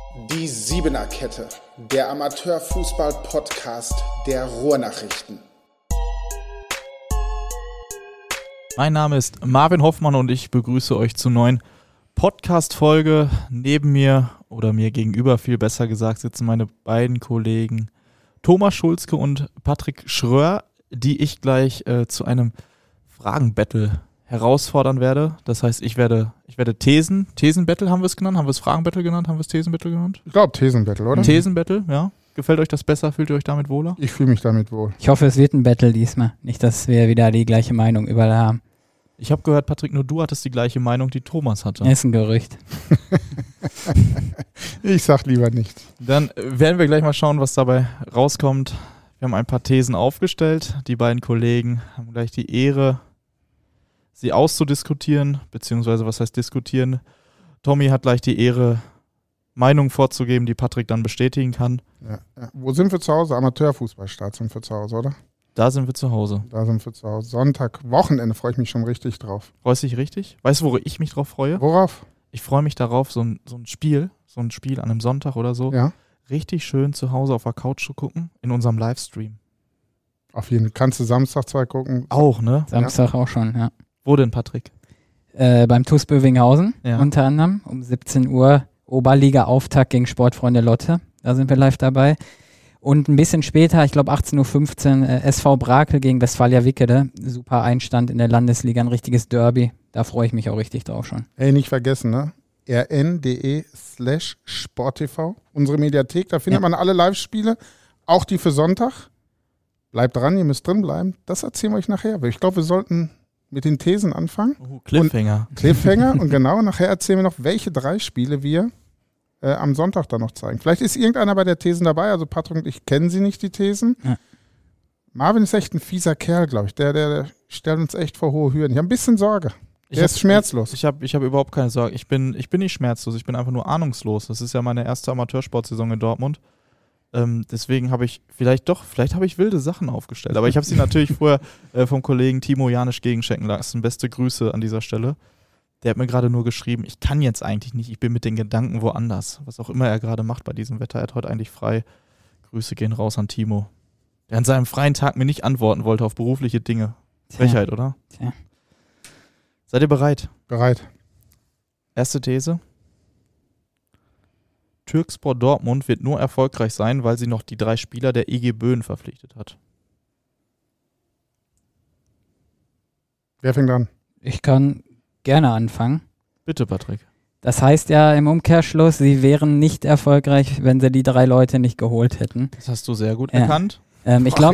Die Siebener-Kette, der Amateurfußball-Podcast der Ruhrnachrichten. Mein Name ist Marvin Hoffmann und ich begrüße euch zur neuen Podcast-Folge. Neben mir, oder mir gegenüber viel besser gesagt, sitzen meine beiden Kollegen Thomas Schulzke und Patrick Schröer, die ich gleich zu einem Fragen-Battle herausfordern werde. Das heißt, ich werde Thesen-Battle haben wir es genannt? Haben wir es Fragen-Battle genannt? Haben wir es Thesen-Battle genannt? Ich glaube Thesen-Battle, oder? Thesen-Battle, ja. Gefällt euch das besser? Fühlt ihr euch damit wohler? Ich fühle mich damit wohl. Ich hoffe, es wird ein Battle diesmal. Nicht, dass wir wieder die gleiche Meinung überall haben. Ich habe gehört, Patrick, nur du hattest die gleiche Meinung, die Thomas hatte. Ist ein Gerücht. Ich sag lieber nichts. Dann werden wir gleich mal schauen, was dabei rauskommt. Wir haben ein paar Thesen aufgestellt. Die beiden Kollegen haben gleich die Ehre, sie auszudiskutieren, beziehungsweise was heißt diskutieren. Tommy hat gleich die Ehre, Meinungen vorzugeben, die Patrick dann bestätigen kann. Ja. Wo sind wir zu Hause? Amateurfußballstart sind wir zu Hause, oder? Da sind wir zu Hause. Da sind wir zu Hause. Sonntag, Wochenende freue ich mich schon richtig drauf. Freust du dich richtig? Weißt du, worüber ich mich drauf freue? Worauf? Ich freue mich darauf, so ein Spiel an einem Sonntag oder so, Ja. richtig schön zu Hause auf der Couch zu gucken, in unserem Livestream. Auf jeden Fall. Kannst du Samstag 2 gucken? Auch, ne? Samstag auch schon, ja. Wo denn, Patrick? Beim TuS Bövinghausen Ja. unter anderem um 17 Uhr Oberliga-Auftakt gegen Sportfreunde Lotte. Da sind wir live dabei. Und ein bisschen später, ich glaube 18.15 Uhr, SV Brakel gegen Westfalia Wickede. Super Einstand in der Landesliga, ein richtiges Derby. Da freue ich mich auch richtig drauf schon. Ey, nicht vergessen, ne? rn.de/sporttv. Unsere Mediathek, da findet man alle Live-Spiele, auch die für Sonntag. Bleibt dran, ihr müsst drin bleiben. Das erzählen wir euch nachher. Ich glaube, wir sollten mit den Thesen anfangen. Cliffhanger. Und genau, nachher erzählen wir noch, welche 3 Spiele wir am Sonntag dann noch zeigen. Vielleicht ist irgendeiner bei der Thesen dabei, also Patrick und ich kennen sie nicht, die Thesen. Ja. Marvin ist echt ein fieser Kerl, glaube ich. Der stellt uns echt vor hohe Hürden. Ich habe ein bisschen Sorge. Der ist schmerzlos. Ich hab überhaupt keine Sorge. Ich bin nicht schmerzlos, ich bin einfach nur ahnungslos. Das ist ja meine erste Amateursportsaison in Dortmund. Deswegen habe ich vielleicht habe ich wilde Sachen aufgestellt. Aber ich habe sie natürlich vorher vom Kollegen Timo Janisch gegenchecken lassen. Beste Grüße an dieser Stelle. Der hat mir gerade nur geschrieben, ich kann jetzt eigentlich nicht, ich bin mit den Gedanken woanders. Was auch immer er gerade macht bei diesem Wetter. Er hat heute eigentlich frei. Grüße gehen raus an Timo. Der an seinem freien Tag mir nicht antworten wollte auf berufliche Dinge. Frechheit, oder? Tja. Seid ihr bereit? Bereit. Erste These. Türkspor Dortmund wird nur erfolgreich sein, weil sie noch die 3 Spieler der EG Böen verpflichtet hat. Wer fängt an? Ich kann gerne anfangen. Bitte, Patrick. Das heißt ja im Umkehrschluss, sie wären nicht erfolgreich, wenn sie die 3 Leute nicht geholt hätten. Das hast du sehr gut Ja. erkannt. Ich glaube,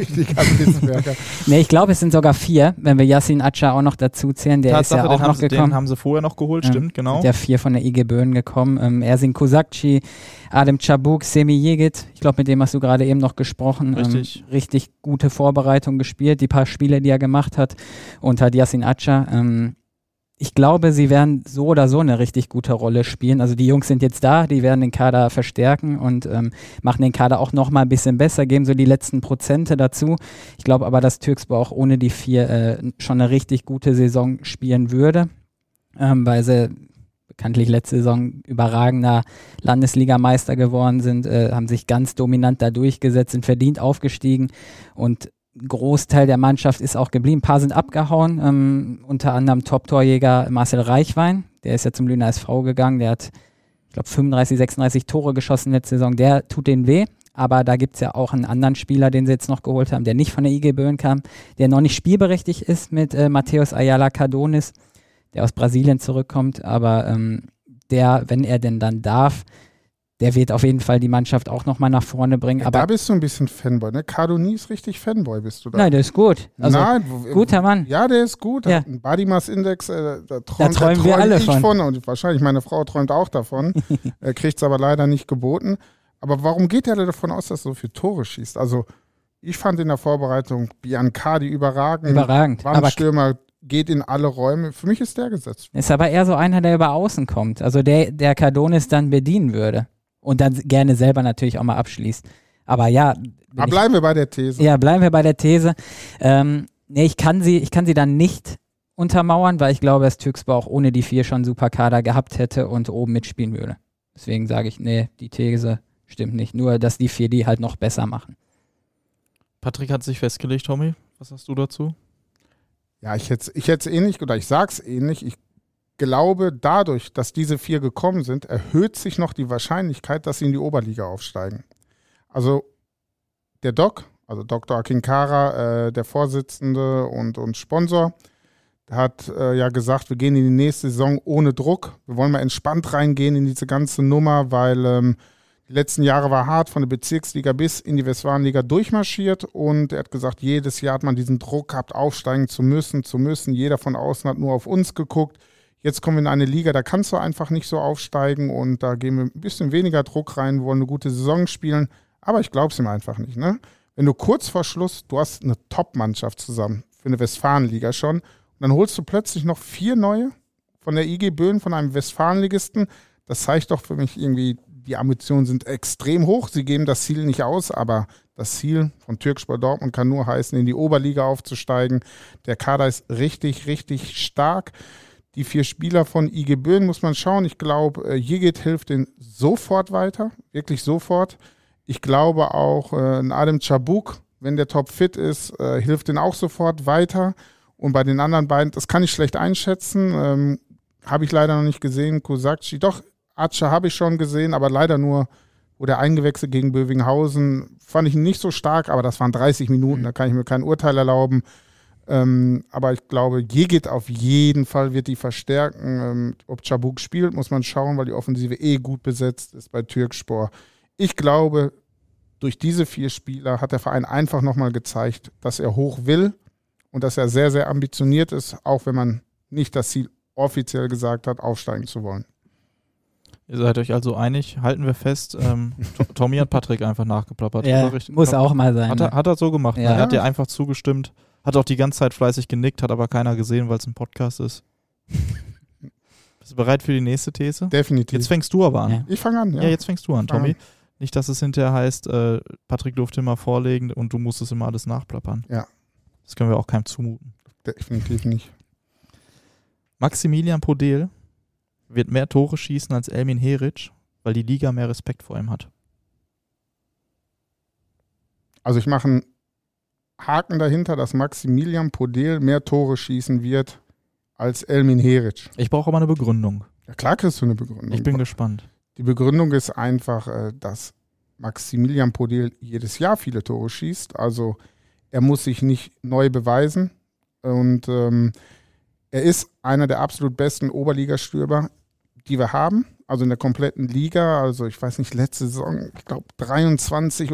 es sind sogar 4, wenn wir Yassin Acar auch noch dazu zählen. Der Tatsache, ist ja auch noch gekommen. Den haben sie vorher noch geholt, stimmt, genau. Sind ja 4 von der IG Böen gekommen. Ersin Kusakci, Adem Çabuk, Semih Yigit. Ich glaube, mit dem hast du gerade eben noch gesprochen. Richtig. Richtig gute Vorbereitung gespielt, die paar Spiele, die er gemacht hat. Und hat Yassin Acar. Ich glaube, sie werden so oder so eine richtig gute Rolle spielen. Also die Jungs sind jetzt da, die werden den Kader verstärken und machen den Kader auch noch mal ein bisschen besser, geben so die letzten Prozente dazu. Ich glaube aber, dass Türkspor auch ohne die 4 schon eine richtig gute Saison spielen würde, weil sie bekanntlich letzte Saison überragender Landesligameister geworden sind, haben sich ganz dominant da durchgesetzt, sind verdient aufgestiegen und Großteil der Mannschaft ist auch geblieben. Ein paar sind abgehauen, unter anderem Top-Torjäger Marcel Reichwein, der ist ja zum Lüner SV gegangen, der hat, ich glaube, 35, 36 Tore geschossen letzte Saison, der tut denen weh, aber da gibt es ja auch einen anderen Spieler, den sie jetzt noch geholt haben, der nicht von der IG Böen kam, der noch nicht spielberechtigt ist mit Matheus Ayala Cardonis, der aus Brasilien zurückkommt, aber der, wenn er denn dann darf, der wird auf jeden Fall die Mannschaft auch nochmal nach vorne bringen. Ja, aber da bist du ein bisschen Fanboy, ne? Cardonis ist richtig Fanboy, bist du da. Nein, der ist gut. Also, Nein, guter Mann. Ja, der ist gut. Ja. Ein Body Mass Index, da träumen wir alle von. Und wahrscheinlich meine Frau träumt auch davon. Kriegt es aber leider nicht geboten. Aber warum geht der davon aus, dass er so viele Tore schießt? Also, ich fand in der Vorbereitung Biancardi überragend. Wandstürmer, geht in alle Räume. Für mich ist der gesetzt. Ist aber eher so einer, der über außen kommt. Also der Cardonis dann bedienen würde. Und dann gerne selber natürlich auch mal abschließt. Aber ja. Aber bleiben wir bei der These. Ja, bleiben wir bei der These. Ich kann sie dann nicht untermauern, weil ich glaube, dass Türkspor auch ohne die 4 schon einen super Kader gehabt hätte und oben mitspielen würde. Deswegen sage ich, nee, die These stimmt nicht. Nur, dass die 4 die halt noch besser machen. Patrick hat sich festgelegt, Tommy. Was hast du dazu? Ja, ich hätte es ähnlich, oder ich sage es ähnlich. Ich glaube, dadurch, dass diese 4 gekommen sind, erhöht sich noch die Wahrscheinlichkeit, dass sie in die Oberliga aufsteigen. Also der Doc, also Dr. Akinkara, der Vorsitzende und Sponsor, hat ja gesagt, wir gehen in die nächste Saison ohne Druck. Wir wollen mal entspannt reingehen in diese ganze Nummer, weil die letzten Jahre war hart, von der Bezirksliga bis in die Westfalenliga durchmarschiert, und er hat gesagt, jedes Jahr hat man diesen Druck gehabt, aufsteigen zu müssen. Jeder von außen hat nur auf uns geguckt. Jetzt kommen wir in eine Liga, da kannst du einfach nicht so aufsteigen, und da gehen wir ein bisschen weniger Druck rein, wollen eine gute Saison spielen, aber ich glaube es ihm einfach nicht. Ne? Wenn du kurz vor Schluss, du hast eine Top-Mannschaft zusammen, für eine Westfalenliga schon, und dann holst du plötzlich noch 4 neue von der IG Böen, von einem Westfalenligisten, das zeigt doch für mich irgendwie, die Ambitionen sind extrem hoch, sie geben das Ziel nicht aus, aber das Ziel von Türkspor Dortmund kann nur heißen, in die Oberliga aufzusteigen. Der Kader ist richtig, richtig stark. Die 4 Spieler von IG Böen muss man schauen. Ich glaube, Jigit hilft denen sofort weiter, wirklich sofort. Ich glaube auch, Adem Çabuk, wenn der topfit ist, hilft denen auch sofort weiter. Und bei den anderen beiden, das kann ich schlecht einschätzen, habe ich leider noch nicht gesehen. Kusakci, doch, Atscha habe ich schon gesehen, aber leider nur, wo der eingewechselt gegen Bövinghausen, fand ich ihn nicht so stark, aber das waren 30 Minuten, da kann ich mir kein Urteil erlauben. Aber ich glaube, Jigit auf jeden Fall wird die verstärken. Ob Çabuk spielt, muss man schauen, weil die Offensive gut besetzt ist bei Türkspor. Ich glaube, durch diese 4 Spieler hat der Verein einfach nochmal gezeigt, dass er hoch will und dass er sehr, sehr ambitioniert ist, auch wenn man nicht das Ziel offiziell gesagt hat, aufsteigen zu wollen. Ihr seid euch also einig, halten wir fest, Tommy hat Patrick einfach nachgeplappert. Ja, muss auch mal sein. Hat er so gemacht, ja. Er hat dir einfach zugestimmt, hat auch die ganze Zeit fleißig genickt, hat aber keiner gesehen, weil es ein Podcast ist. Bist du bereit für die nächste These? Definitiv. Jetzt fängst du aber an. Ja. Ich fange an, ja. Ja, jetzt fängst du an, Tommy. Nicht, dass es hinterher heißt, Patrick durfte immer vorlegen und du musstest immer alles nachplappern. Ja. Das können wir auch keinem zumuten. Definitiv nicht. Maximilian Podel wird mehr Tore schießen als Elmin Heric, weil die Liga mehr Respekt vor ihm hat. Also ich mache einen Haken dahinter, dass Maximilian Podel mehr Tore schießen wird als Elmin Heric. Ich brauche aber eine Begründung. Ja, klar kriegst du eine Begründung. Ich bin gespannt. Die Begründung ist einfach, dass Maximilian Podel jedes Jahr viele Tore schießt. Also er muss sich nicht neu beweisen. Und er ist einer der absolut besten Oberligastürmer, die wir haben. Also in der kompletten Liga. Also ich weiß nicht, letzte Saison, ich glaube 23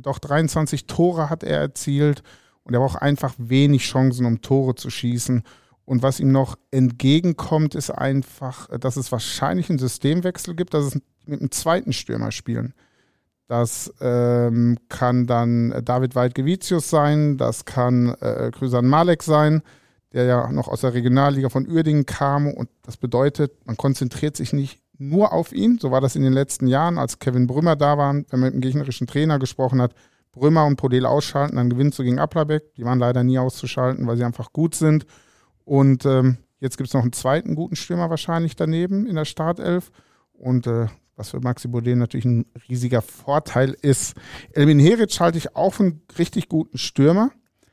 Tore hat er erzielt. Und er braucht einfach wenig Chancen, um Tore zu schießen. Und was ihm noch entgegenkommt, ist einfach, dass es wahrscheinlich einen Systemwechsel gibt, dass es mit einem zweiten Stürmer spielen. Das kann dann David Weidgevicius sein, das kann Krüsan Malek sein, der ja noch aus der Regionalliga von Uerdingen kam. Und das bedeutet, man konzentriert sich nicht nur auf ihn. So war das in den letzten Jahren, als Kevin Brümmer da war, wenn man mit dem gegnerischen Trainer gesprochen hat. Brümmer und Podel ausschalten, dann gewinnst du gegen Applerbeck. Die waren leider nie auszuschalten, weil sie einfach gut sind. Und jetzt gibt es noch einen zweiten guten Stürmer wahrscheinlich daneben in der Startelf. Und was für Maxi Podel natürlich ein riesiger Vorteil ist. Elmin Heric halte ich auch für einen richtig guten Stürmer.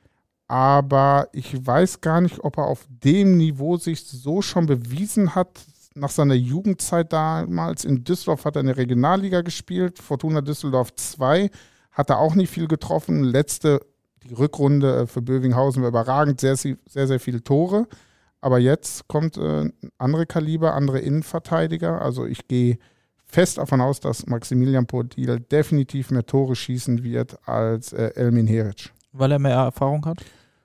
Aber ich weiß gar nicht, ob er auf dem Niveau sich so schon bewiesen hat. Nach seiner Jugendzeit damals in Düsseldorf hat er in der Regionalliga gespielt. Fortuna Düsseldorf 2 hat er auch nicht viel getroffen. Die Rückrunde für Bövinghausen war überragend, sehr, sehr, sehr viele Tore. Aber jetzt kommt andere Kaliber, andere Innenverteidiger. Also ich gehe fest davon aus, dass Maximilian Podel definitiv mehr Tore schießen wird als Elmin Heric. Weil er mehr Erfahrung hat?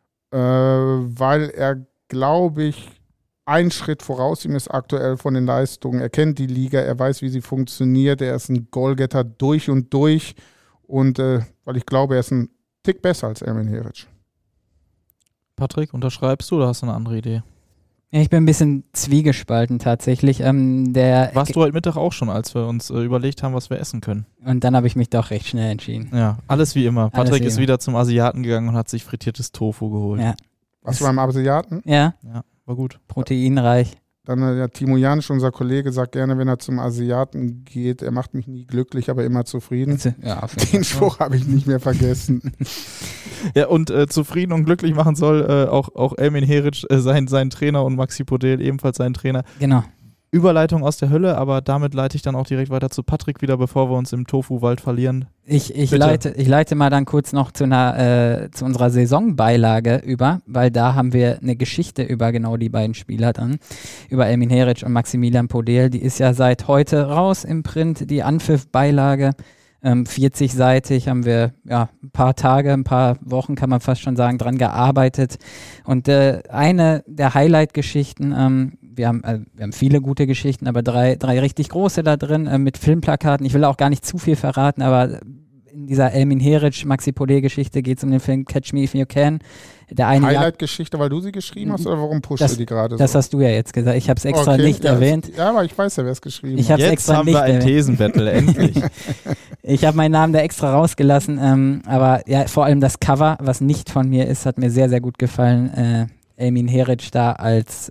Weil er, glaube ich, einen Schritt voraus ihm ist aktuell von den Leistungen. Er kennt die Liga, er weiß, wie sie funktioniert. Er ist ein Goalgetter durch und durch. Und weil ich glaube, er ist ein Tick besser als Elmin Heric. Patrick, unterschreibst du oder hast du eine andere Idee? Ja, ich bin ein bisschen zwiegespalten tatsächlich. Warst du heute Mittag auch schon, als wir uns überlegt haben, was wir essen können? Und dann habe ich mich doch recht schnell entschieden. Ja, alles wie immer. Patrick ist wieder zum Asiaten gegangen und hat sich frittiertes Tofu geholt. Ja. Warst du beim Asiaten? Ja. Ja, war gut. Proteinreich. Dann der Timo Janisch, unser Kollege, sagt gerne, wenn er zum Asiaten geht, er macht mich nie glücklich, aber immer zufrieden. Ja, den Spruch habe ich nicht mehr vergessen. Ja, und zufrieden und glücklich machen soll auch Elmin Heric, sein Trainer, und Maxi Podel, ebenfalls sein Trainer. Genau. Überleitung aus der Hölle, aber damit leite ich dann auch direkt weiter zu Patrick wieder, bevor wir uns im Tofu-Wald verlieren. Ich leite mal dann kurz noch zu unserer Saisonbeilage über, weil da haben wir eine Geschichte über genau die beiden Spieler dann, über Elmin Heric und Maximilian Podel. Die ist ja seit heute raus im Print, die Anpfiff-Beilage. 40-seitig haben wir ein paar Tage, ein paar Wochen, kann man fast schon sagen, dran gearbeitet. Und eine der Highlight-Geschichten, wir haben viele gute Geschichten, aber drei richtig große da drin mit Filmplakaten. Ich will auch gar nicht zu viel verraten, aber in dieser Elmin Heric, Maxi Podel-Geschichte geht es um den Film Catch Me If You Can. Highlight-Geschichte, weil du sie geschrieben hast, oder warum pushst du die gerade so? Das hast du ja jetzt gesagt. Ich habe es extra nicht erwähnt. Ja, aber ich weiß ja, wer es geschrieben hat. Jetzt haben wir ein Thesenbattle, endlich. Ich habe meinen Namen da extra rausgelassen, aber ja, vor allem das Cover, was nicht von mir ist, hat mir sehr, sehr gut gefallen. Elmin Heric da als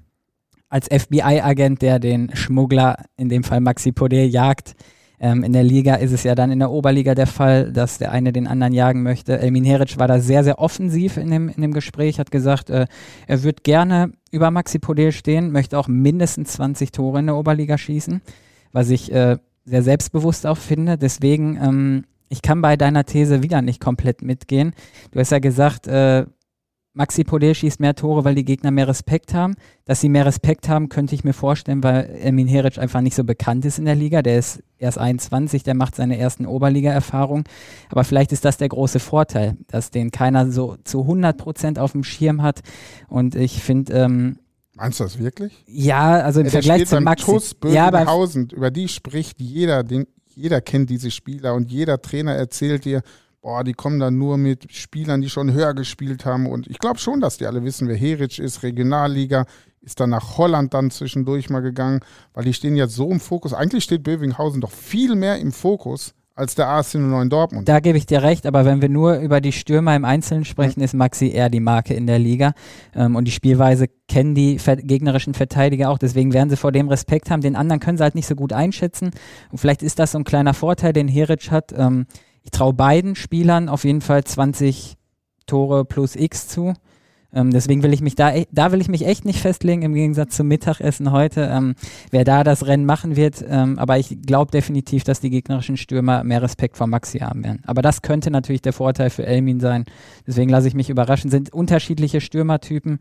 FBI-Agent, der den Schmuggler, in dem Fall Maxi Podel, jagt. In der Liga ist es ja dann in der Oberliga der Fall, dass der eine den anderen jagen möchte. Elmin Heric war da sehr, sehr offensiv in dem Gespräch, hat gesagt, er würde gerne über Maxi Podel stehen, möchte auch mindestens 20 Tore in der Oberliga schießen, was ich sehr selbstbewusst auch finde. Deswegen, ich kann bei deiner These wieder nicht komplett mitgehen. Du hast ja gesagt, Maxi Podel schießt mehr Tore, weil die Gegner mehr Respekt haben. Dass sie mehr Respekt haben, könnte ich mir vorstellen, weil Elmin Heric einfach nicht so bekannt ist in der Liga. Der ist erst 21, der macht seine ersten Oberliga-Erfahrungen. Aber vielleicht ist das der große Vorteil, dass den keiner so zu 100% auf dem Schirm hat. Und ich finde... Meinst du das wirklich? Ja, also im Vergleich zu Maxi... TuS Bövinghausen, über die spricht jeder kennt diese Spieler und jeder Trainer erzählt dir, die kommen dann nur mit Spielern, die schon höher gespielt haben. Und ich glaube schon, dass die alle wissen, wer Heric ist, Regionalliga, ist dann nach Holland dann zwischendurch mal gegangen, weil die stehen jetzt so im Fokus. Eigentlich steht Bövinghausen doch viel mehr im Fokus als der AS 09 Dortmund. Da gebe ich dir recht, aber wenn wir nur über die Stürmer im Einzelnen sprechen, ist Maxi eher die Marke in der Liga. Und die Spielweise kennen die gegnerischen Verteidiger auch, deswegen werden sie vor dem Respekt haben. Den anderen können sie halt nicht so gut einschätzen. Und vielleicht ist das so ein kleiner Vorteil, den Heric hat. Ich traue beiden Spielern auf jeden Fall 20 Tore plus X zu. Deswegen will ich mich will ich mich echt nicht festlegen, im Gegensatz zum Mittagessen heute, wer da das Rennen machen wird. Aber ich glaube definitiv, dass die gegnerischen Stürmer mehr Respekt vor Maxi haben werden. Aber das könnte natürlich der Vorteil für Elmin sein. Deswegen lasse ich mich überraschen. Sind unterschiedliche Stürmertypen.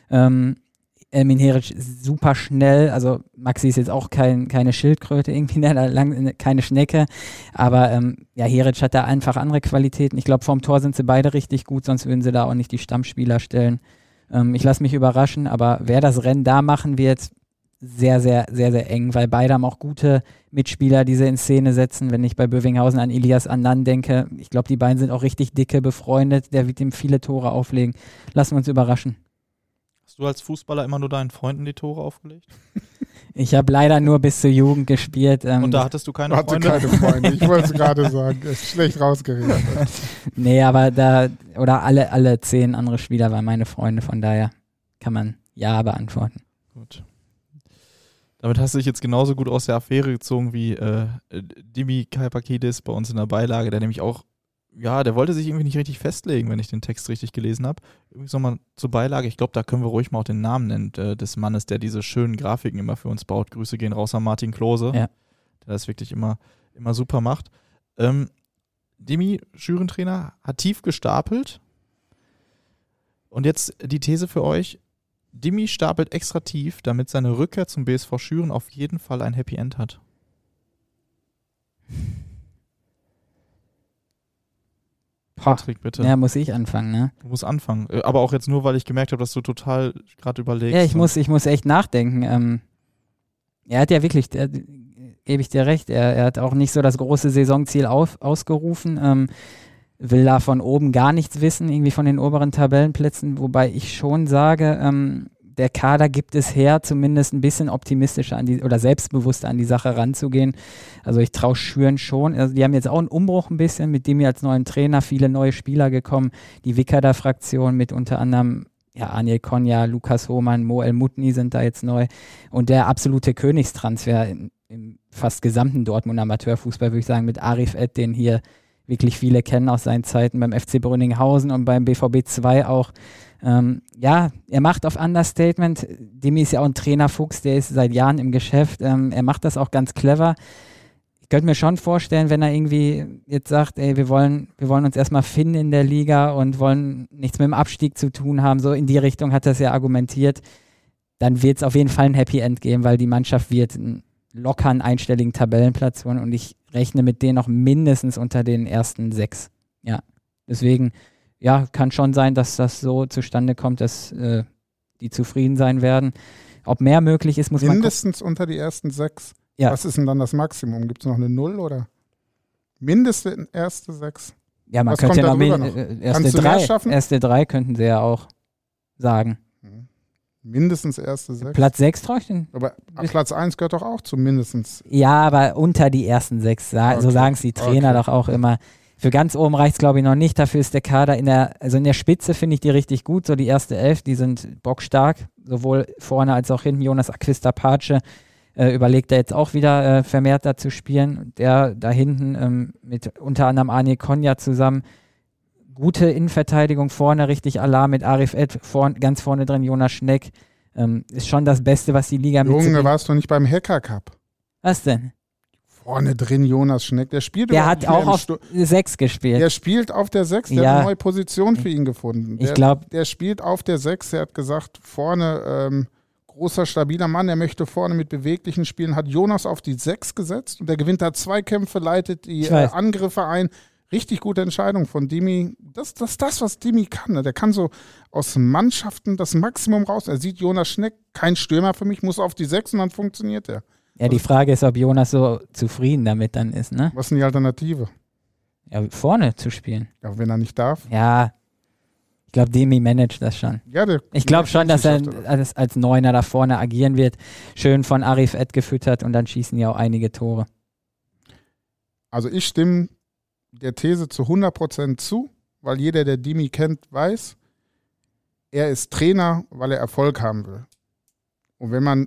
Elmin Heric super schnell, also Maxi ist jetzt auch keine Schildkröte irgendwie, keine Schnecke, aber Heric hat da einfach andere Qualitäten. Ich glaube, vorm Tor sind sie beide richtig gut, sonst würden sie da auch nicht die Stammspieler stellen. Ich lasse mich überraschen, aber wer das Rennen da machen wird, sehr, sehr, sehr, sehr eng, weil beide haben auch gute Mitspieler, die sie in Szene setzen. Wenn ich bei Bövinghausen an Ilias Annan denke, ich glaube, die beiden sind auch richtig dicke befreundet, der wird ihm viele Tore auflegen. Lassen wir uns überraschen. Hast du als Fußballer immer nur deinen Freunden die Tore aufgelegt? Ich habe leider nur bis zur Jugend gespielt. Und da hattest du keine Freunde? Keine Freunde. Ich wollte es gerade sagen. Ist schlecht rausgeredet. Nee, aber alle 10 andere Spieler waren meine Freunde. Von daher kann man ja beantworten. Gut. Damit hast du dich jetzt genauso gut aus der Affäre gezogen wie Dimi Kalpakidis bei uns in der Beilage, der nämlich auch, der wollte sich irgendwie nicht richtig festlegen, wenn ich den Text richtig gelesen habe. Übrigens nochmal zur Beilage, ich glaube, da können wir ruhig mal auch den Namen nennen des Mannes, der diese schönen Grafiken immer für uns baut. Grüße gehen raus an Martin Klose, der das wirklich immer super macht. Dimi, Schürentrainer, hat tief gestapelt. Und jetzt die These für euch. Dimi stapelt extra tief, damit seine Rückkehr zum BSV Schüren auf jeden Fall ein Happy End hat. Patrick, bitte. Ja, muss ich anfangen, ne? Du musst anfangen. Aber auch jetzt nur, weil ich gemerkt habe, dass du total gerade überlegst. Ja, ich muss echt nachdenken. Er hat ja wirklich, gebe ich dir recht, er hat auch nicht so das große Saisonziel ausgerufen. Will da von oben gar nichts wissen, irgendwie von den oberen Tabellenplätzen, wobei ich schon sage, der Kader gibt es her, zumindest ein bisschen optimistischer oder selbstbewusster an die Sache ranzugehen. Also ich traue Schüren schon. Also die haben jetzt auch einen Umbruch ein bisschen, mit dem hier als neuen Trainer viele neue Spieler gekommen. Die Wickerder-Fraktion mit unter anderem Anil Konya, Lukas Hohmann, Mo El-Mutni sind da jetzt neu. Und der absolute Königstransfer im fast gesamten Dortmund Amateurfußball, würde ich sagen, mit Arif Ed, den hier wirklich viele kennen aus seinen Zeiten beim FC Brünninghausen und beim BVB 2 auch. Er macht auf Understatement. Dimi ist ja auch ein Trainerfuchs, der ist seit Jahren im Geschäft. Er macht das auch ganz clever. Ich könnte mir schon vorstellen, wenn er irgendwie jetzt sagt, wir wollen uns erstmal finden in der Liga und wollen nichts mit dem Abstieg zu tun haben, so in die Richtung hat er es ja argumentiert, dann wird es auf jeden Fall ein Happy End geben, weil die Mannschaft wird einen lockeren einstelligen Tabellenplatz holen und ich rechne mit denen noch mindestens unter den ersten 6. Ja, deswegen, kann schon sein, dass das so zustande kommt, dass die zufrieden sein werden. Ob mehr möglich ist, muss man mindestens unter die ersten 6. Ja. Was ist denn dann das Maximum? Gibt es noch eine 0 oder? Mindestens erste 6? Ja, man könnte ja noch erste 3 könnten sie ja auch sagen. Mindestens erste 6. Platz 6 traue ich denn. Aber Platz 1 gehört doch auch zu mindestens. Ja, aber unter die ersten 6. So sagen es die Trainer doch auch immer. Für ganz oben reicht es, glaube ich, noch nicht. Dafür ist der Kader in der Spitze finde ich die richtig gut. So die erste 11, die sind bockstark. Sowohl vorne als auch hinten. Jonas Acquista-Pace überlegt er jetzt auch wieder vermehrt da zu spielen. Der da hinten mit unter anderem Anil Konya zusammen. Gute Innenverteidigung vorne, richtig Alarm mit Arif Ed, ganz vorne drin Jonas Schneck. Ist schon das Beste, was die Liga mit. Junge, warst du nicht beim Hacker Cup? Was denn? Vorne drin Jonas Schneck, der hat auch auf 6 gespielt. Der spielt auf der 6, der hat eine neue Position für ihn gefunden. Der spielt auf der 6, er hat gesagt, vorne großer, stabiler Mann, er möchte vorne mit beweglichen Spielen, hat Jonas auf die 6 gesetzt und der gewinnt da Zweikämpfe, leitet die Angriffe ein. Richtig gute Entscheidung von Dimi. Das ist das, was Dimi kann. Ne? Der kann so aus Mannschaften das Maximum raus. Er sieht Jonas Schneck, kein Stürmer für mich, muss auf die 6 und dann funktioniert er. Ja, die Frage ist, ob Jonas so zufrieden damit dann ist, ne? Was ist denn die Alternative? Ja, vorne zu spielen. Ja, wenn er nicht darf. Ja, ich glaube, Demi managt das schon. Ja, ich glaube schon, dass er als Neuner da vorne agieren wird. Schön von Arif Ed gefüttert und dann schießen ja auch einige Tore. Also ich stimme der These zu 100% zu, weil jeder, der Dimi kennt, weiß, er ist Trainer, weil er Erfolg haben will. Und wenn man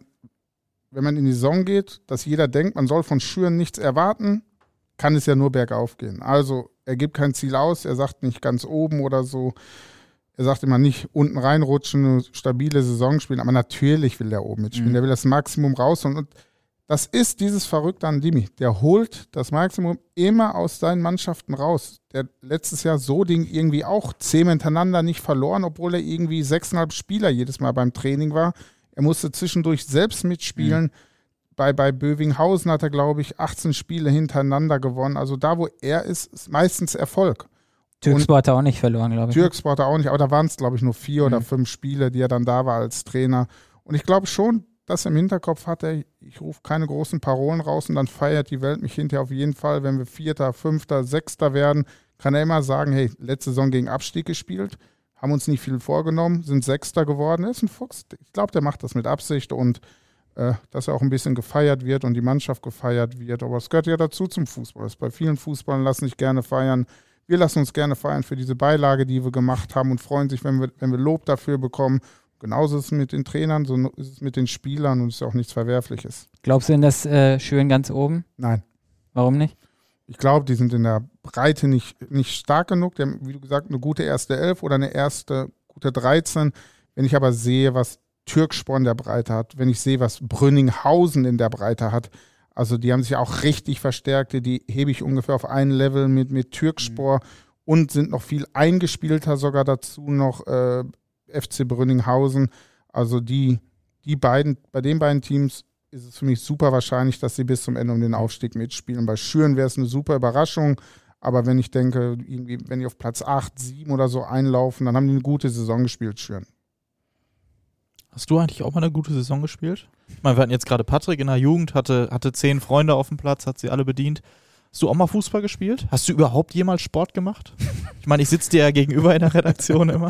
in die Saison geht, dass jeder denkt, man soll von Schüren nichts erwarten, kann es ja nur bergauf gehen. Also er gibt kein Ziel aus, er sagt nicht ganz oben oder so. Er sagt immer nicht unten reinrutschen, eine stabile Saison spielen, aber natürlich will er oben mitspielen. Der will das Maximum rausholen. Und das ist dieses Verrückte an Dimi. Der holt das Maximum immer aus seinen Mannschaften raus. Der letztes Jahr so Ding irgendwie auch 10 hintereinander nicht verloren, obwohl er irgendwie 6,5 Spieler jedes Mal beim Training war. Er musste zwischendurch selbst mitspielen. Bei Bövinghausen hat er, glaube ich, 18 Spiele hintereinander gewonnen. Also da, wo er ist meistens Erfolg. Türkspor hat er auch nicht verloren, glaube ich. Türkspor hat er auch nicht, aber da waren es, glaube ich, nur 4 oder 5 Spiele, die er dann da war als Trainer. Und ich glaube schon, dass er im Hinterkopf hat, ich rufe keine großen Parolen raus und dann feiert die Welt mich hinterher auf jeden Fall. Wenn wir 4., 5., 6. werden, kann er immer sagen, hey, letzte Saison gegen Abstieg gespielt, haben uns nicht viel vorgenommen, sind 6. geworden. Er ist ein Fuchs. Ich glaube, der macht das mit Absicht und dass er auch ein bisschen gefeiert wird und die Mannschaft gefeiert wird. Aber es gehört ja dazu zum Fußball. Bei vielen Fußballern lassen sich gerne feiern. Wir lassen uns gerne feiern für diese Beilage, die wir gemacht haben und freuen sich, wenn wir Lob dafür bekommen. Genauso ist es mit den Trainern, so ist es mit den Spielern und es ist auch nichts Verwerfliches. Glaubst du denn, dass Schüren ganz oben? Nein. Warum nicht? Ich glaube, die sind in der Breite nicht stark genug. Die haben, wie du gesagt, eine gute erste 11 oder eine erste gute 13. Wenn ich aber sehe, was Türkspor in der Breite hat, wenn ich sehe, was Brünninghausen in der Breite hat, also die haben sich auch richtig verstärkt, die hebe ich ungefähr auf ein Level mit Türkspor und sind noch viel eingespielter sogar dazu noch FC Brünninghausen. Also die beiden, bei den beiden Teams ist es für mich super wahrscheinlich, dass sie bis zum Ende um den Aufstieg mitspielen. Bei Schüren wäre es eine super Überraschung, aber wenn ich denke, irgendwie, wenn die auf Platz 8, 7 oder so einlaufen, dann haben die eine gute Saison gespielt, Schüren. Hast du eigentlich auch mal eine gute Saison gespielt? Ich meine, wir hatten jetzt gerade Patrick in der Jugend, hatte 10 Freunde auf dem Platz, hat sie alle bedient. Hast du auch mal Fußball gespielt? Hast du überhaupt jemals Sport gemacht? Ich meine, ich sitze dir ja gegenüber in der Redaktion immer.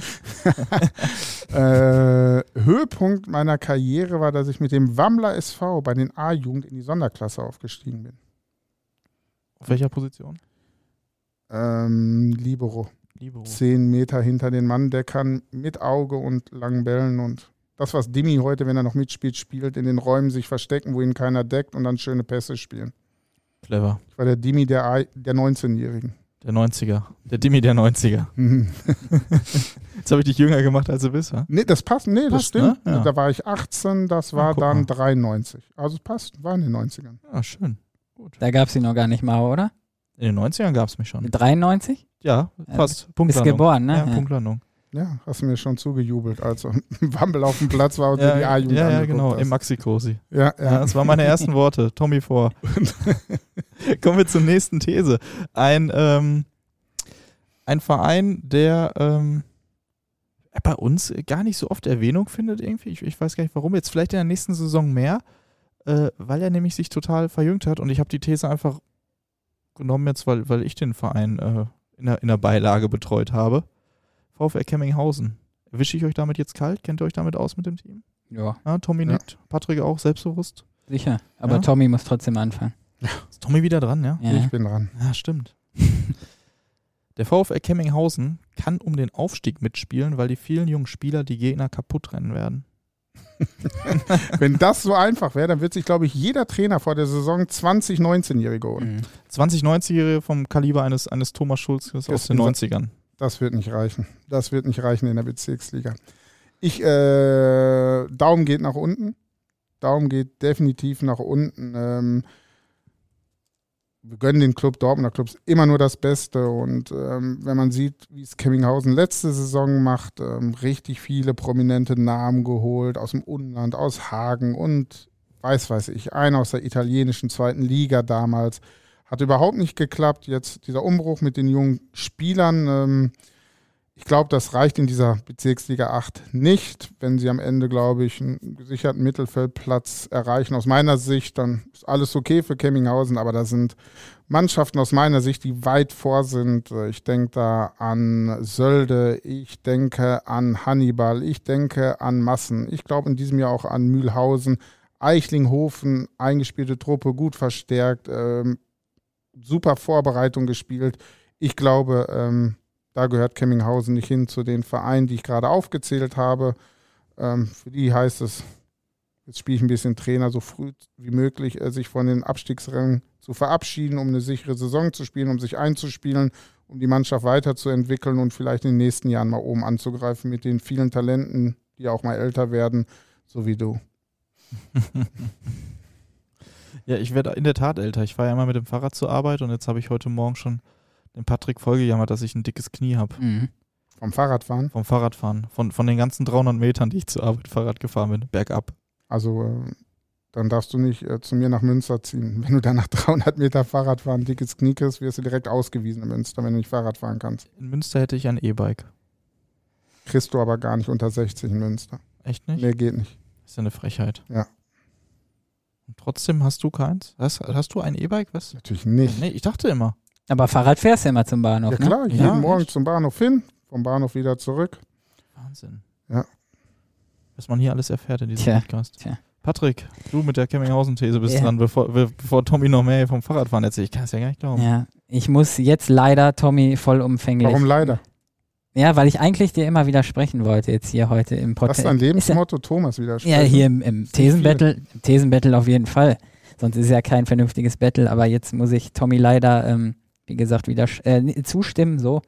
Höhepunkt meiner Karriere war, dass ich mit dem Wammler SV bei den A-Jugend in die Sonderklasse aufgestiegen bin. Auf welcher Position? Libero. Liebe 10 Meter hinter den Mann deckern mit Auge und langen Bällen und das, was Dimi heute, wenn er noch mitspielt, spielt, in den Räumen sich verstecken, wo ihn keiner deckt und dann schöne Pässe spielen. Clever. Ich war der Dimi der 19-Jährigen. Der 90er. Der Dimi der 90er. Jetzt habe ich dich jünger gemacht, als du bist, wa? Nee, das passt. Nee, das passt, stimmt. Ne? Ja. Da war ich 18, das war dann 93. Also es passt, war in den 90ern. Ja, schön. Gut. Da gab es ihn noch gar nicht mal, oder? In den 90ern gab es mich schon. 93? Ja, passt. Punktlandung. Bist geboren, ne? Ja, Punktlandung. Ja, hast du mir schon zugejubelt, als Wampel auf dem Platz war und ja, die A-Jugend Ja, genau, hast. Im Maxi-Cosi. Ja. Das waren meine ersten Worte. Tommy vor. Kommen wir zur nächsten These. Ein Verein, der bei uns gar nicht so oft Erwähnung findet irgendwie. Ich weiß gar nicht warum. Jetzt vielleicht in der nächsten Saison mehr, weil er nämlich sich total verjüngt hat. Und ich habe die These einfach genommen jetzt, weil ich den Verein in der Beilage betreut habe. VfR Kemminghausen. Erwische ich euch damit jetzt kalt? Kennt ihr euch damit aus mit dem Team? Ja. Tommy nickt, Patrick auch, selbstbewusst. Sicher, aber Tommy muss trotzdem anfangen. Ist Tommy wieder dran, ja? Ich bin dran. Ja, stimmt. Der VfR Kemminghausen kann um den Aufstieg mitspielen, weil die vielen jungen Spieler die Gegner kaputt rennen werden. Wenn das so einfach wäre, dann wird sich, glaube ich, jeder Trainer vor der Saison 20 19-Jährige holen. 20 90-Jährige vom Kaliber eines Thomas Schulzes aus den 90ern. Das wird nicht reichen. Das wird nicht reichen in der Bezirksliga. Daumen geht nach unten. Daumen geht definitiv nach unten. Wir gönnen den Dortmunder Clubs immer nur das Beste. Und wenn man sieht, wie es Kemminghausen letzte Saison macht, richtig viele prominente Namen geholt aus dem Umland, aus Hagen und weiß ich, einer aus der italienischen 2. Liga damals. Hat überhaupt nicht geklappt. Jetzt dieser Umbruch mit den jungen Spielern. Ich glaube, das reicht in dieser Bezirksliga 8 nicht. Wenn sie am Ende, glaube ich, einen gesicherten Mittelfeldplatz erreichen, aus meiner Sicht, dann ist alles okay für Kemminghausen. Aber da sind Mannschaften aus meiner Sicht, die weit vor sind. Ich denke da an Sölde, ich denke an Hannibal, ich denke an Massen. Ich glaube in diesem Jahr auch an Mühlhausen, Eichlinghofen, eingespielte Truppe, gut verstärkt, super Vorbereitung gespielt. Ich glaube, da gehört Kemminghausen nicht hin zu den Vereinen, die ich gerade aufgezählt habe. Für die heißt es, jetzt spiele ich ein bisschen Trainer, so früh wie möglich, sich von den Abstiegsrängen zu verabschieden, um eine sichere Saison zu spielen, um sich einzuspielen, um die Mannschaft weiterzuentwickeln und vielleicht in den nächsten Jahren mal oben anzugreifen mit den vielen Talenten, die auch mal älter werden, so wie du. Ja, ich werde in der Tat älter. Ich fahre ja immer mit dem Fahrrad zur Arbeit und jetzt habe ich heute Morgen schon dem Patrick vollgejammert, dass ich ein dickes Knie habe. Mhm. Vom Fahrradfahren? Vom Fahrradfahren. Von den ganzen 300 Metern, die ich zur Arbeit Fahrrad gefahren bin, bergab. Also dann darfst du nicht zu mir nach Münster ziehen. Wenn du da nach 300 Meter Fahrradfahren ein dickes Knie kriegst, wirst du direkt ausgewiesen in Münster, wenn du nicht Fahrrad fahren kannst. In Münster hätte ich ein E-Bike. Kriegst du aber gar nicht unter 60 in Münster. Echt nicht? Nee, geht nicht. Das ist ja eine Frechheit. Ja. Und trotzdem hast du keins? Hast du ein E-Bike? Was? Natürlich nicht. Nee, ich dachte immer. Aber Fahrrad fährst du immer zum Bahnhof, ja, klar, ne? jeden Morgen zum Bahnhof hin, vom Bahnhof wieder zurück. Wahnsinn. Ja. Was man hier alles erfährt in diesem Podcast. Tja. Patrick, du mit der Kemminghausen-These bist dran, bevor Tommy noch mehr vom Fahrradfahren erzählt. Ich kann es ja gar nicht glauben. Ja, ich muss jetzt leider Tommy vollumfänglich. Warum leider? Ja, weil ich eigentlich dir immer widersprechen wollte jetzt hier heute im Podcast. Das ist dein Lebensmotto, Thomas widersprechen? Ja, hier im Thesenbattle auf jeden Fall. Sonst ist es ja kein vernünftiges Battle, aber jetzt muss ich Tommy leider, wie gesagt, wieder zustimmen, so.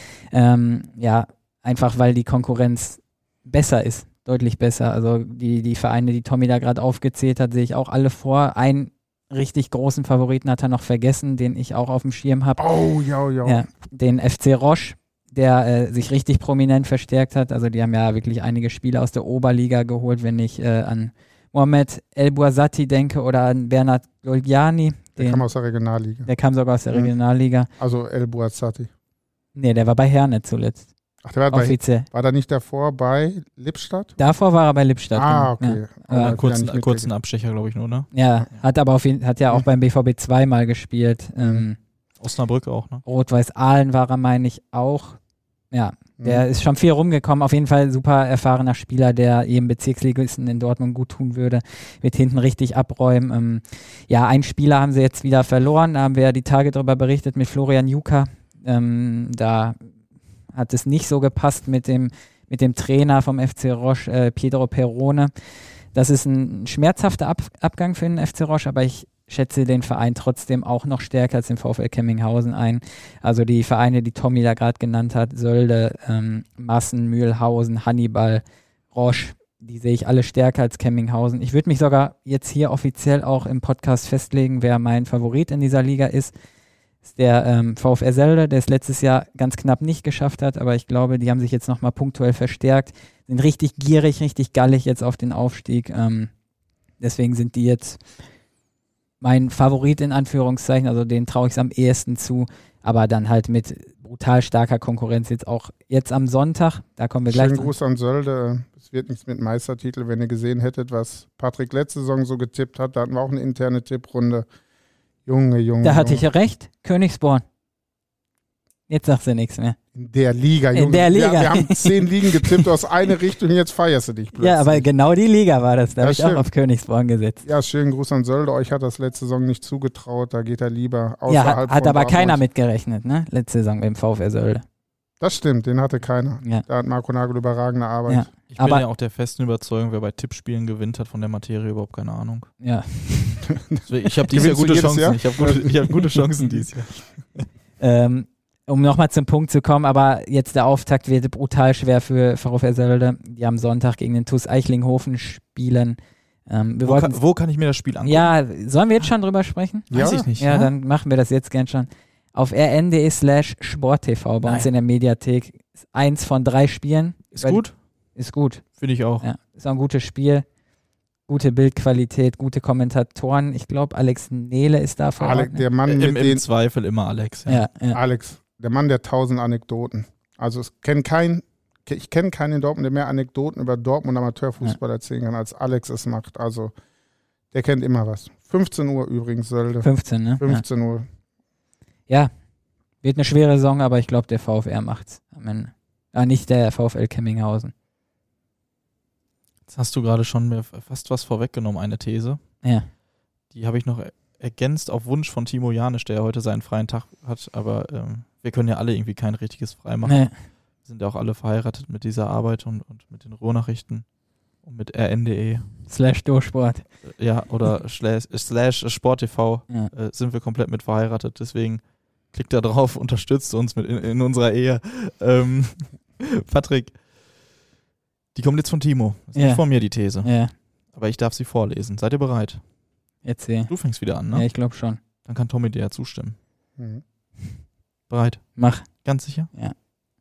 Ja, einfach weil die Konkurrenz besser ist, deutlich besser. Also die Vereine, die Tommy da gerade aufgezählt hat, sehe ich auch alle vor. Einen richtig großen Favoriten hat er noch vergessen, den ich auch auf dem Schirm habe. Oh, ja. Den FC Roche, der sich richtig prominent verstärkt hat. Also die haben ja wirklich einige Spieler aus der Oberliga geholt, wenn ich an Mohamed El Bouazzati denke oder an Bernard Golgiani. Der kam aus der Regionalliga. Der kam sogar aus der Regionalliga. Also El Bouazzati. Nee, der war bei Herne zuletzt. Ach, der war offiziell. War der nicht davor bei Lippstadt? Davor war er bei Lippstadt. Okay. Ja. Kurzen Abstecher, glaube ich nur, ne? Ja, hat aber hat ja auch beim BVB 2-mal gespielt. Osnabrück auch, ne? Rot-Weiß-Ahlen war er, meine ich, auch. Ja, der ist schon viel rumgekommen. Auf jeden Fall super erfahrener Spieler, der eben Bezirksligisten in Dortmund gut tun würde. Wird hinten richtig abräumen. Ja, einen Spieler haben sie jetzt wieder verloren. Da haben wir ja die Tage drüber berichtet mit Florian Juka. Da hat es nicht so gepasst mit dem Trainer vom FC Roche, Pedro Perrone. Das ist ein schmerzhafter Abgang für den FC Roche, aber ich schätze den Verein trotzdem auch noch stärker als den VfL Kemminghausen ein. Also die Vereine, die Tommy da gerade genannt hat, Sölde, Massen, Mühlhausen, Hannibal, Roche, die sehe ich alle stärker als Kemminghausen. Ich würde mich sogar jetzt hier offiziell auch im Podcast festlegen, wer mein Favorit in dieser Liga ist. Ist der VfR Sölde, der es letztes Jahr ganz knapp nicht geschafft hat, aber ich glaube, die haben sich jetzt nochmal punktuell verstärkt, sind richtig gierig, richtig gallig jetzt auf den Aufstieg. Deswegen sind die jetzt mein Favorit in Anführungszeichen, also den traue ich es am ehesten zu, aber dann halt mit brutal starker Konkurrenz jetzt am Sonntag, da kommen wir gleich. Schönen Gruß an Sölde, es wird nichts mit Meistertitel, wenn ihr gesehen hättet, was Patrick letzte Saison so getippt hat, da hatten wir auch eine interne Tipprunde. Junge. Da hatte ich ja recht, Königsborn. Jetzt sagst du nichts mehr. In der Liga, Junge. In der Liga. Wir haben 10 Ligen getippt aus einer Richtung, jetzt feierst du dich plötzlich. Ja, aber genau die Liga war das. Da habe ich auch auf Königsborn gesetzt. Ja, schönen Gruß an Sölde. Euch hat das letzte Saison nicht zugetraut. Da geht er lieber außerhalb hat aber keiner mitgerechnet, ne? Letzte Saison beim VfR Sölde. Das stimmt, den hatte keiner. Ja. Da hat Marco Nagel überragende Arbeit. Ja. Ich bin ja auch der festen Überzeugung, wer bei Tippspielen gewinnt, hat von der Materie überhaupt keine Ahnung. Ja. Ich habe dieses Jahr gute Chancen. Jahr? Ich habe gute Chancen dieses Jahr. Um nochmal zum Punkt zu kommen, aber jetzt der Auftakt wird brutal schwer für VfR Sölde, die am Sonntag gegen den TuS Eichlinghofen spielen. Wo kann ich mir das Spiel angucken? Ja, sollen wir jetzt schon drüber sprechen? Weiß ich nicht. Ja, dann machen wir das jetzt gern schon. Auf rn.de/sporttv bei uns in der Mediathek. Ist 1 von 3 Spielen. Ist gut? Ist gut. Finde ich auch. Ja, ist auch ein gutes Spiel. Gute Bildqualität, gute Kommentatoren. Ich glaube, Alex Nehle ist da vor Ort. Der Mann mit Im Zweifel immer Alex. Ja. Alex, der Mann der 1000 Anekdoten. Also ich kenne keinen in Dortmund, der mehr Anekdoten über Dortmund Amateurfußball erzählen kann, als Alex es macht. Also der kennt immer was. 15 Uhr übrigens, Sölde. 15, ne? 15 Uhr. Ja, wird eine schwere Saison, aber ich glaube, der VfR macht's am Ende. Nicht der VfL Kemminghausen. Jetzt hast du gerade schon mir fast was vorweggenommen, eine These. Ja. Die habe ich noch ergänzt auf Wunsch von Timo Janisch, der ja heute seinen freien Tag hat, aber wir können ja alle irgendwie kein richtiges frei machen. Nee. Wir sind ja auch alle verheiratet mit dieser Arbeit und mit den Ruhrnachrichten und mit rn.de. /Durchsport. Ja, oder /SportTV sind wir komplett mit verheiratet, deswegen klickt da drauf, unterstützt uns in unserer Ehe. Patrick, die kommt jetzt von Timo. Das ist nicht von mir die These. Ja. Aber ich darf sie vorlesen. Seid ihr bereit? Erzähl. Du fängst wieder an, ne? Ja, ich glaube schon. Dann kann Tommy dir ja zustimmen. Mhm. Bereit? Mach. Ganz sicher? Ja.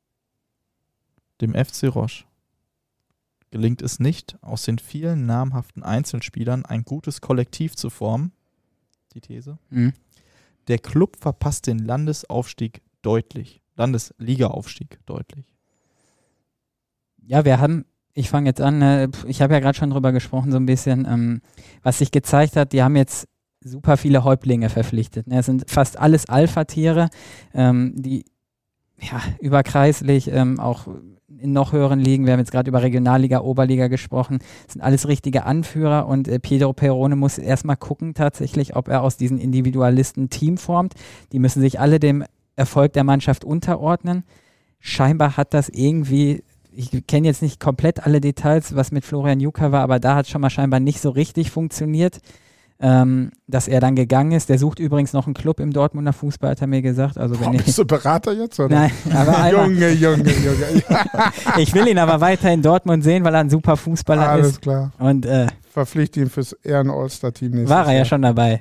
Dem FC Roche gelingt es nicht, aus den vielen namhaften Einzelspielern ein gutes Kollektiv zu formen. Die These. Mhm. Der Club verpasst den Landesligaaufstieg deutlich. Ja, ich fange jetzt an, ich habe ja gerade schon drüber gesprochen, so ein bisschen, was sich gezeigt hat, die haben jetzt super viele Häuptlinge verpflichtet. Es sind fast alles Alpha-Tiere, die überkreislich, auch in noch höheren Ligen, wir haben jetzt gerade über Regionalliga, Oberliga gesprochen, sind alles richtige Anführer und Pedro Perrone muss erstmal gucken tatsächlich, ob er aus diesen Individualisten ein Team formt. Die müssen sich alle dem Erfolg der Mannschaft unterordnen. Scheinbar hat das irgendwie, ich kenne jetzt nicht komplett alle Details, was mit Florian Juka war, aber da hat es schon mal scheinbar nicht so richtig funktioniert, dass er dann gegangen ist. Der sucht übrigens noch einen Club im Dortmunder Fußball, hat er mir gesagt. Also bist du Berater jetzt, oder? Nein, aber Junge. Ich will ihn aber weiter in Dortmund sehen, weil er ein super Fußballer ist. Alles klar. Und verpflichte ihn fürs Ehren-All-Star-Team nächstes Jahr. War er ja Jahr. schon dabei.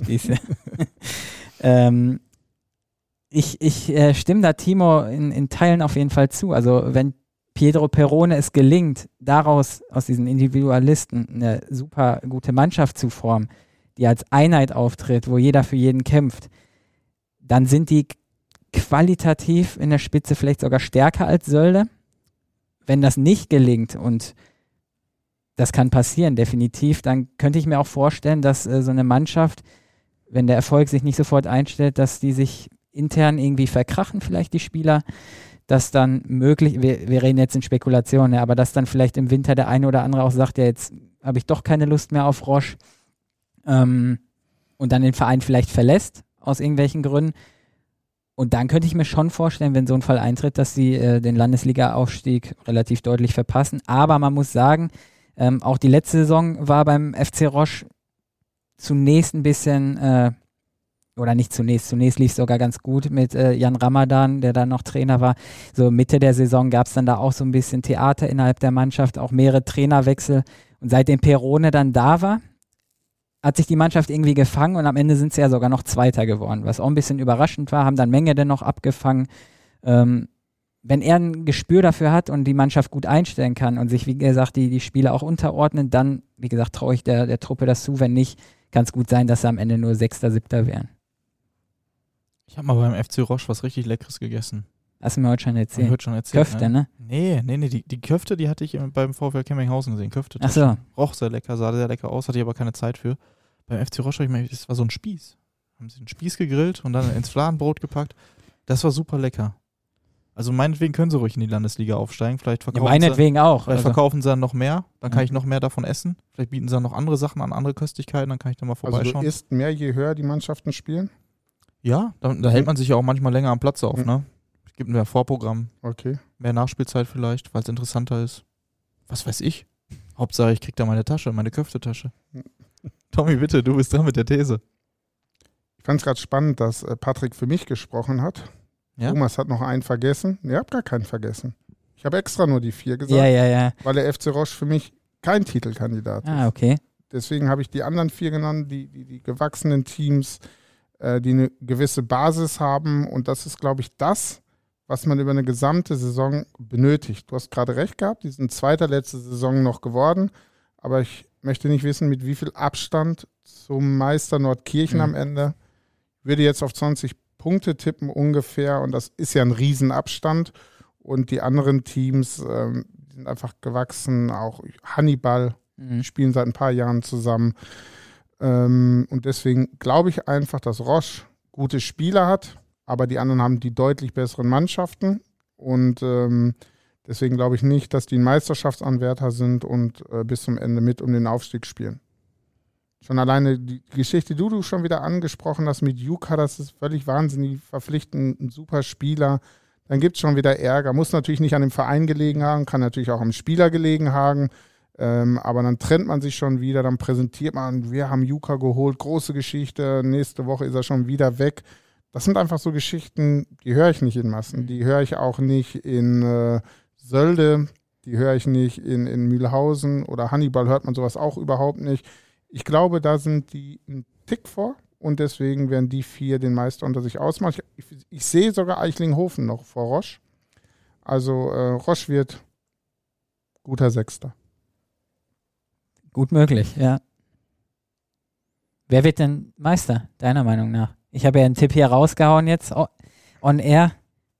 Ich stimme da Timo in Teilen auf jeden Fall zu. Also wenn Pedro Perrone es gelingt, daraus aus diesen Individualisten eine super gute Mannschaft zu formen, die als Einheit auftritt, wo jeder für jeden kämpft, dann sind die qualitativ in der Spitze vielleicht sogar stärker als Sölde. Wenn das nicht gelingt, und das kann passieren, definitiv, dann könnte ich mir auch vorstellen, dass so eine Mannschaft, wenn der Erfolg sich nicht sofort einstellt, dass die sich intern irgendwie verkrachen, vielleicht die Spieler, dass dann möglich, wir reden jetzt in Spekulationen, aber dass dann vielleicht im Winter der eine oder andere auch sagt, ja, jetzt habe ich doch keine Lust mehr auf Roche, und dann den Verein vielleicht verlässt, aus irgendwelchen Gründen. Und dann könnte ich mir schon vorstellen, wenn so ein Fall eintritt, dass sie den Landesliga-Aufstieg relativ deutlich verpassen. Aber man muss sagen, auch die letzte Saison war beim FC Roche zunächst ein bisschen, oder nicht zunächst lief es sogar ganz gut mit Jan Ramadan, der dann noch Trainer war. So Mitte der Saison gab es dann da auch so ein bisschen Theater innerhalb der Mannschaft, auch mehrere Trainerwechsel. Und seitdem Perone dann da war, hat sich die Mannschaft irgendwie gefangen und am Ende sind sie ja sogar noch Zweiter geworden, was auch ein bisschen überraschend war, haben dann Menge dennoch abgefangen. Wenn er ein Gespür dafür hat und die Mannschaft gut einstellen kann und sich, wie gesagt, die Spieler auch unterordnen, dann, wie gesagt, traue ich der Truppe das zu. Wenn nicht, kann es gut sein, dass sie am Ende nur 6., 7. wären. Ich habe mal beim FC Roche was richtig Leckeres gegessen. Hast du mir heute schon erzählt? Köfte, ne? Nee, die Köfte, die hatte ich beim VfL Kemminghausen gesehen. Köfte. Ach so. Roch sehr lecker, sah sehr lecker aus, hatte ich aber keine Zeit für. Beim FC Roche, das war so ein Spieß. Haben sie einen Spieß gegrillt und dann ins Fladenbrot gepackt. Das war super lecker. Also meinetwegen können sie ruhig in die Landesliga aufsteigen. Vielleicht verkaufen sie dann noch mehr. Dann kann ich noch mehr davon essen. Vielleicht bieten sie dann noch andere Sachen an, andere Köstlichkeiten. Dann kann ich da mal vorbeischauen. Also du isst mehr, je höher die Mannschaften spielen? Ja, da hält man sich ja auch manchmal länger am Platz auf, ne? Es gibt mehr Vorprogramm. Okay. Mehr Nachspielzeit vielleicht, weil es interessanter ist. Was weiß ich. Hauptsache, ich krieg da meine Tasche, meine Köftetasche. Tommy, bitte, du bist dran mit der These. Ich fand es gerade spannend, dass Patrick für mich gesprochen hat. Ja? Thomas hat noch einen vergessen. Ich habe gar keinen vergessen. Ich habe extra nur die 4 gesagt, weil der FC Roche für mich kein Titelkandidat ist. Okay. Deswegen habe ich die anderen 4 genannt, die gewachsenen Teams, die eine gewisse Basis haben. Und das ist, glaube ich, das, was man über eine gesamte Saison benötigt. Du hast gerade recht gehabt, die sind Zweiter letzte Saison noch geworden. Aber ich möchte nicht wissen, mit wie viel Abstand zum Meister Nordkirchen am Ende. Ich würde jetzt auf 20 Punkte tippen ungefähr. Und das ist ja ein Riesenabstand. Und die anderen Teams sind einfach gewachsen. Auch Hannibal spielen seit ein paar Jahren zusammen. Und deswegen glaube ich einfach, dass Roche gute Spieler hat, aber die anderen haben die deutlich besseren Mannschaften. Und deswegen glaube ich nicht, dass die ein Meisterschaftsanwärter sind und bis zum Ende mit um den Aufstieg spielen. Schon alleine die Geschichte, die du schon wieder angesprochen hast mit Juka, das ist völlig wahnsinnig. Die verpflichten einen super Spieler. Dann gibt es schon wieder Ärger. Muss natürlich nicht an dem Verein gelegen haben, kann natürlich auch am Spieler gelegen haben. Aber dann trennt man sich schon wieder, dann präsentiert man, wir haben Juka geholt, große Geschichte, nächste Woche ist er schon wieder weg. Das sind einfach so Geschichten, die höre ich nicht in Massen, die höre ich auch nicht in Sölde, die höre ich nicht in Mühlhausen oder Hannibal hört man sowas auch überhaupt nicht. Ich glaube, da sind die einen Tick vor und deswegen werden die 4 den Meister unter sich ausmachen. Ich sehe sogar Eichlinghofen noch vor Roche. Also Roche wird guter 6. Gut möglich, ja. Wer wird denn Meister, deiner Meinung nach? Ich habe ja einen Tipp hier rausgehauen jetzt, on air.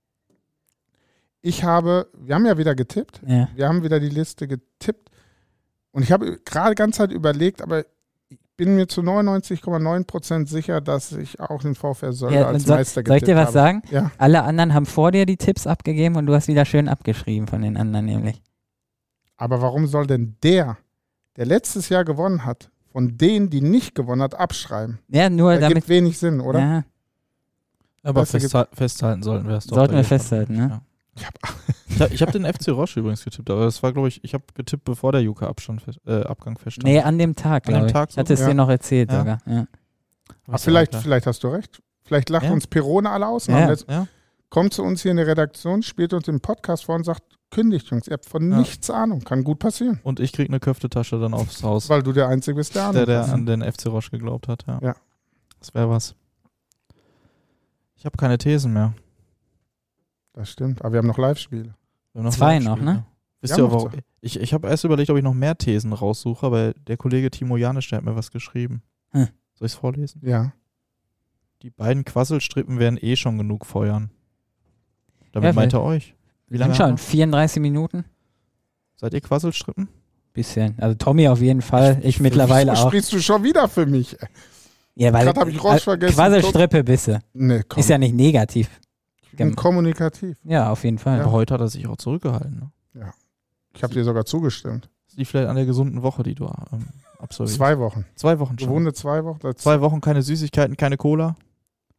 Wir haben ja wieder getippt. Ja. Wir haben wieder die Liste getippt. Und ich habe gerade die ganze Zeit überlegt, aber ich bin mir zu 99,9% sicher, dass ich auch den VfR Sölde als Meister getippt habe. Soll ich dir was sagen? Ja. Alle anderen haben vor dir die Tipps abgegeben und du hast wieder schön abgeschrieben von den anderen nämlich. Aber warum soll denn der letztes Jahr gewonnen hat, von denen, die nicht gewonnen hat, abschreiben? Ja, nur das damit. Gibt wenig Sinn, oder? Ja. Aber festhalten sollten wir es doch. Sollten wir festhalten, ne? Ja. Ich hab den FC Roche übrigens getippt, aber das war, glaube ich habe getippt, bevor der Juka-Abgang feststand. Nee, an dem Tag, glaube ich. Ich hatte es dir noch erzählt sogar. Ja. Aber vielleicht hast du recht. Vielleicht lachen uns Perone alle aus. Kommt zu uns hier in die Redaktion, spielt uns den Podcast vor und sagt, kündigt, Jungs, ihr habt von nichts Ahnung. Kann gut passieren. Und ich kriege eine Köftetasche dann aufs Haus. Weil du der Einzige bist, der an den FC Roche geglaubt hat. Ja. Das wäre was. Ich habe keine Thesen mehr. Das stimmt, aber wir haben noch Live-Spiele. 2 noch, ne? Wisst ihr, warum? Ich habe erst überlegt, ob ich noch mehr Thesen raussuche, aber der Kollege Timo Janisch, der hat mir was geschrieben. Soll ich es vorlesen? Ja. Die beiden Quasselstrippen werden schon genug feuern. Damit meint er euch. Wie lange schon? 34 Minuten? Seid ihr Quasselstrippen? Bisschen. Also Tommy auf jeden Fall. Ich mittlerweile auch. Sprichst du schon wieder für mich? Ja, weil gerade habe ich Roche vergessen. Quasselstrippe bisse. Nee, komm. Ist ja nicht negativ. Ich bin kommunikativ. Ja, auf jeden Fall. Aber heute hat er sich auch zurückgehalten. Ne? Ja. Ich habe dir sogar zugestimmt. Das liegt vielleicht an der gesunden Woche, die du absolvierst. 2 Wochen. 2 Wochen schon. Gewohnte 2 Wochen. 2 Wochen keine Süßigkeiten, keine Cola.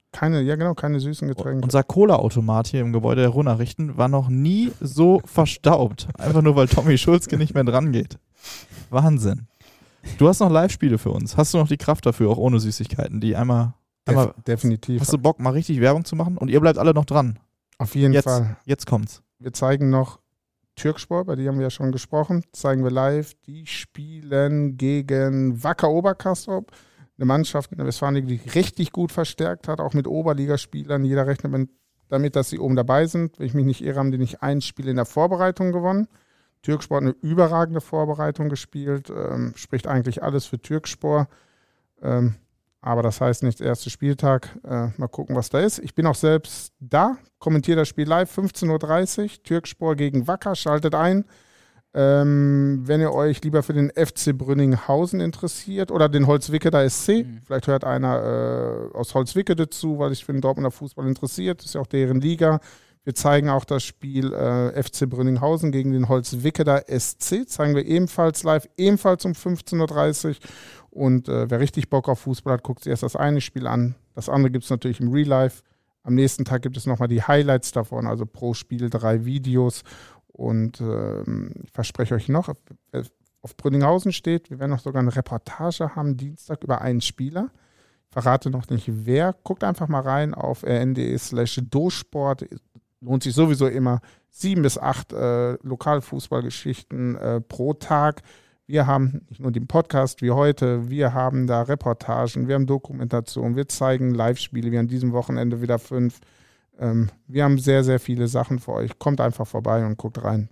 Keine süßen Getränke. Unser Cola-Automat hier im Gebäude der Ruhrnachrichten war noch nie so verstaubt. Einfach nur, weil Tommy Schulzke nicht mehr dran geht. Wahnsinn. Du hast noch Live-Spiele für uns. Hast du noch die Kraft dafür, auch ohne Süßigkeiten, die einmal definitiv. Hast du Bock, mal richtig Werbung zu machen? Und ihr bleibt alle noch dran. Auf jeden Fall. Jetzt kommt's. Wir zeigen noch Türkspor, bei denen haben wir ja schon gesprochen. Zeigen wir live. Die spielen gegen Wacker Oberkastrop. Eine Mannschaft in der Westfalenliga, die richtig gut verstärkt hat, auch mit Oberligaspielern. Jeder rechnet damit, dass sie oben dabei sind. Wenn ich mich nicht irre, haben die nicht ein Spiel in der Vorbereitung gewonnen. Türkspor hat eine überragende Vorbereitung gespielt, spricht eigentlich alles für Türkspor. Aber das heißt nicht, erster Spieltag. Mal gucken, was da ist. Ich bin auch selbst da, kommentiere das Spiel live, 15:30 Uhr. Türkspor gegen Wacker, schaltet ein. Wenn ihr euch lieber für den FC Brünninghausen interessiert oder den Holzwickeder SC, vielleicht hört einer aus Holzwickede zu, weil sich für den Dortmunder Fußball interessiert, das ist ja auch deren Liga. Wir zeigen auch das Spiel FC Brünninghausen gegen den Holzwickeder SC, zeigen wir ebenfalls live, ebenfalls um 15:30 Uhr. Und wer richtig Bock auf Fußball hat, guckt sich erst das eine Spiel an. Das andere gibt es natürlich im Real Life. Am nächsten Tag gibt es nochmal die Highlights davon, also pro Spiel 3 Videos. Und ich verspreche euch noch, wer auf Brünninghausen steht, wir werden noch sogar eine Reportage haben, Dienstag, über einen Spieler. Ich verrate noch nicht wer. Guckt einfach mal rein auf rn.de/dosport. Lohnt sich sowieso immer 7 bis 8 Lokalfußballgeschichten pro Tag. Wir haben nicht nur den Podcast wie heute, wir haben da Reportagen, wir haben Dokumentation, wir zeigen Live-Spiele, wir haben an diesem Wochenende wieder 5. Wir haben sehr, sehr viele Sachen für euch. Kommt einfach vorbei und guckt rein.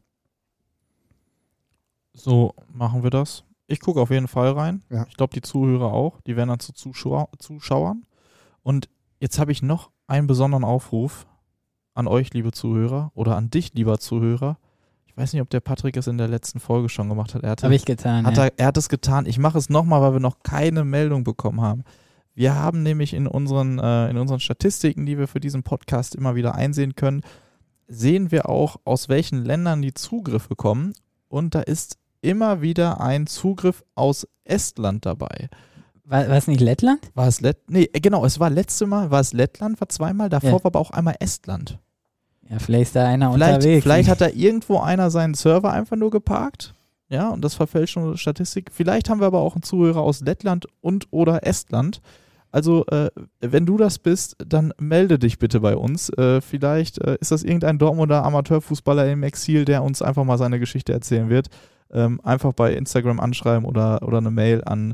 So machen wir das. Ich gucke auf jeden Fall rein. Ja. Ich glaube, die Zuhörer auch. Die werden dann zu Zuschauern. Und jetzt habe ich noch einen besonderen Aufruf an euch, liebe Zuhörer, oder an dich, lieber Zuhörer. Ich weiß nicht, ob der Patrick es in der letzten Folge schon gemacht hat. Habe ich getan. Er hat es getan. Ich mache es nochmal, weil wir noch keine Meldung bekommen haben. Wir haben nämlich in unseren Statistiken, die wir für diesen Podcast immer wieder einsehen können, sehen wir auch, aus welchen Ländern die Zugriffe kommen. Und da ist immer wieder ein Zugriff aus Estland dabei. War es nicht Lettland? Es war letztes Mal, war es Lettland, war zweimal, davor war aber auch einmal Estland. Ja, vielleicht ist da einer unterwegs. Vielleicht hat da irgendwo einer seinen Server einfach nur geparkt. Ja, und das verfälscht schon Statistik. Vielleicht haben wir aber auch einen Zuhörer aus Lettland und oder Estland. Also, wenn du das bist, dann melde dich bitte bei uns. Vielleicht ist das irgendein Dortmunder Amateurfußballer im Exil, der uns einfach mal seine Geschichte erzählen wird. Einfach bei Instagram anschreiben oder eine Mail an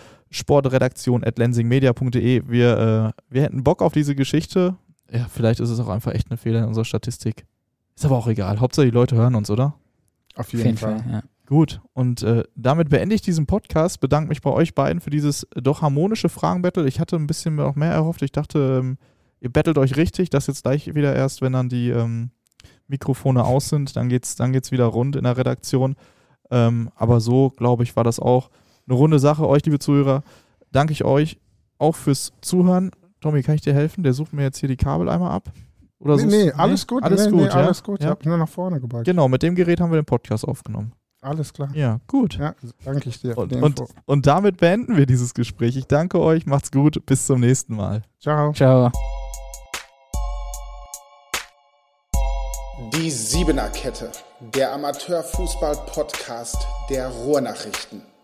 sportredaktion@lensingmedia.de. Wir hätten Bock auf diese Geschichte. Ja, vielleicht ist es auch einfach echt ein Fehler in unserer Statistik. Ist aber auch egal. Hauptsache die Leute hören uns, oder? Auf jeden Fall. Ja. Gut, und damit beende ich diesen Podcast, bedanke mich bei euch beiden für dieses doch harmonische Fragen-Battle. Ich hatte ein bisschen noch mehr erhofft. Ich dachte, ihr battelt euch richtig. Das jetzt gleich wieder erst, wenn dann die Mikrofone aus sind. Dann geht's wieder rund in der Redaktion. Aber so, glaube ich, war das auch eine runde Sache. Euch, liebe Zuhörer, danke ich euch auch fürs Zuhören. Tommy, kann ich dir helfen? Der sucht mir jetzt hier die Kabel einmal ab. Oder alles gut. Alles gut, ja? Alles gut. Ja? Ich habe nur nach vorne gebeugt. Genau, mit dem Gerät haben wir den Podcast aufgenommen. Alles klar. Ja, gut. Ja, danke ich dir. Und damit beenden wir dieses Gespräch. Ich danke euch, macht's gut, bis zum nächsten Mal. Ciao. Ciao. Die Siebener Kette, der Amateurfußball-Podcast der Ruhrnachrichten.